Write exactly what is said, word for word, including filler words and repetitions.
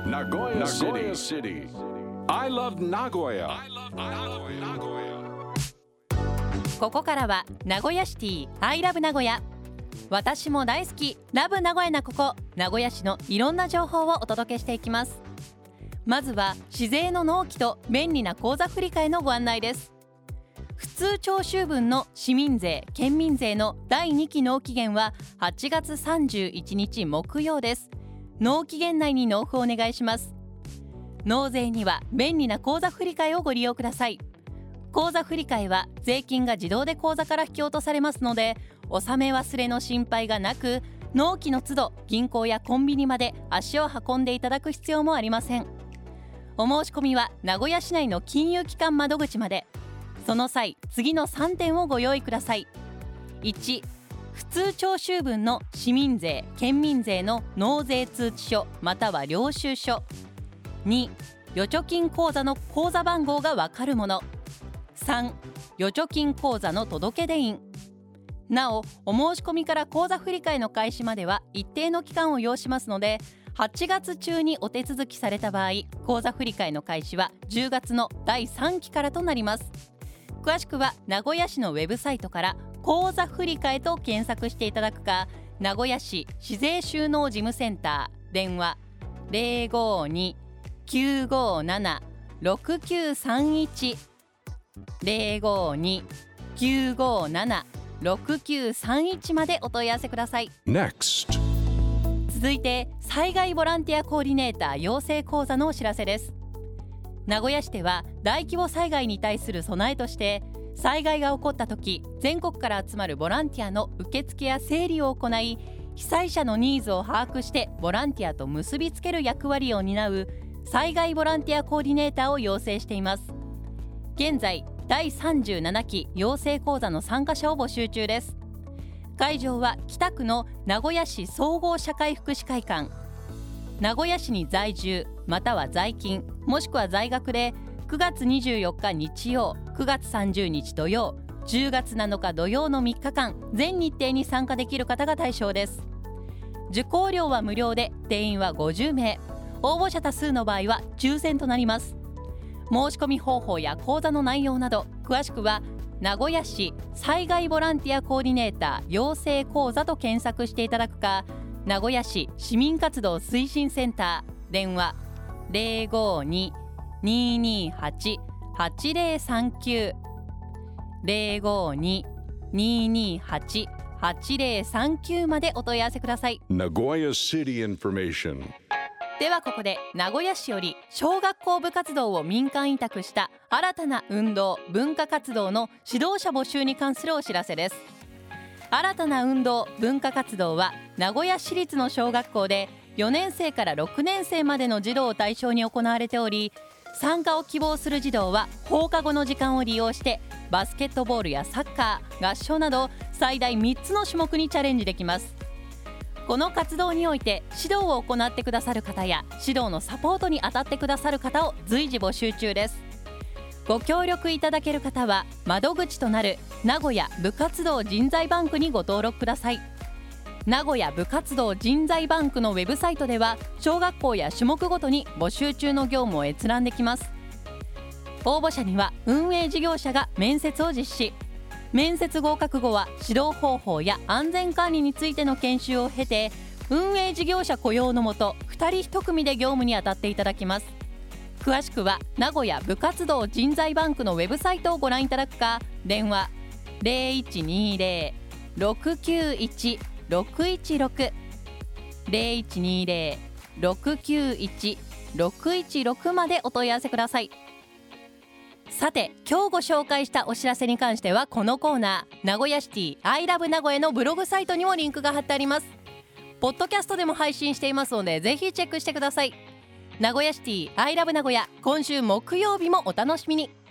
Nagoya City. I love Nagoya. ここからは名古屋シティ I love 名古屋。私も大好きラブ名古屋なここ名古屋市のいろんな情報をお届けしていきます。まずは市税の納期と便利な口座振替のご案内です。普通徴収分の市民税・県民税のだいにき納期限ははちがつさんじゅういちにち木曜です。納期限内に納付お願いします。納税には便利な口座振替をご利用ください。口座振替は税金が自動で口座から引き落とされますので、納め忘れの心配がなく、納期の都度銀行やコンビニまで足を運んでいただく必要もありません。お申し込みは名古屋市内の金融機関窓口まで。その際、次のさんてんをご用意ください。いち、普通徴収分の市民税・県民税の納税通知書または領収書。に、預貯金口座の口座番号がわかるもの。さん、預貯金口座の届出印。なお、お申し込みから口座振替の開始までは一定の期間を要しますので、はちがつ中にお手続きされた場合、口座振替の開始はじゅうがつのだいさんきからとなります。詳しくは名古屋市のウェブサイトから口座振替と検索していただくか、名古屋市市税収納事務センター電話 ゼロごに きゅうごなな ろくきゅうさんいち ゼロごに きゅうごなな ろくきゅうさんいち までお問い合わせください。 Next. 続いて災害ボランティアコーディネーター養成講座のお知らせです。名古屋市では大規模災害に対する備えとして、災害が起こった時、全国から集まるボランティアの受付や整理を行い、被災者のニーズを把握してボランティアと結びつける役割を担う災害ボランティアコーディネーターを養成しています。現在だいさんじゅうななき養成講座の参加者を募集中です。会場は北区の名古屋市総合社会福祉会館。名古屋市に在住または在勤もしくは在学でくがつにじゅうよっか日曜、くがつさんじゅうにち土曜、じゅうがつなのか土曜のみっかかん全日程に参加できる方が対象です。受講料は無料で定員はごじゅうめい、応募者多数の場合は抽選となります。申し込み方法や講座の内容など詳しくは名古屋市災害ボランティアコーディネーター養成講座と検索していただくか、名古屋市市民活動推進センター電話 ゼロごに にーにーはち はちゼロさんきゅう ゼロごに にーにーはち はちゼロさんきゅう までお問い合わせください。 Nagoya City Information. ではここで名古屋市より小学校部活動を民間委託した新たな運動・文化活動の指導者募集に関するお知らせです。新たな運動・文化活動は名古屋市立の小学校でよねんせいからろくねんせいまでの児童を対象に行われており、参加を希望する児童は放課後の時間を利用してバスケットボールやサッカー、合唱など最大みっつの種目にチャレンジできます。この活動において指導を行ってくださる方や指導のサポートに当たってくださる方を随時募集中です。ご協力いただける方は窓口となる名古屋部活動人材バンクにご登録ください。名古屋部活動人材バンクのウェブサイトでは小学校や種目ごとに募集中の業務を閲覧できます。応募者には運営事業者が面接を実施。面接合格後は指導方法や安全管理についての研修を経て、運営事業者雇用のもとふたりひとくみで業務に当たっていただきます。詳しくは名古屋部活動人材バンクのウェブサイトをご覧いただくか、電話 ゼロいちにゼロ ろくきゅういち ろくいちろく ゼロいちにゼロ ろくきゅういち ろくいちろく までお問い合わせください。さて、今日ご紹介したお知らせに関してはこのコーナー名古屋シティ I love 名古屋のブログサイトにもリンクが貼ってあります。ポッドキャストでも配信していますのでぜひチェックしてください。名古屋シティ I love 名古屋、今週木曜日もお楽しみに。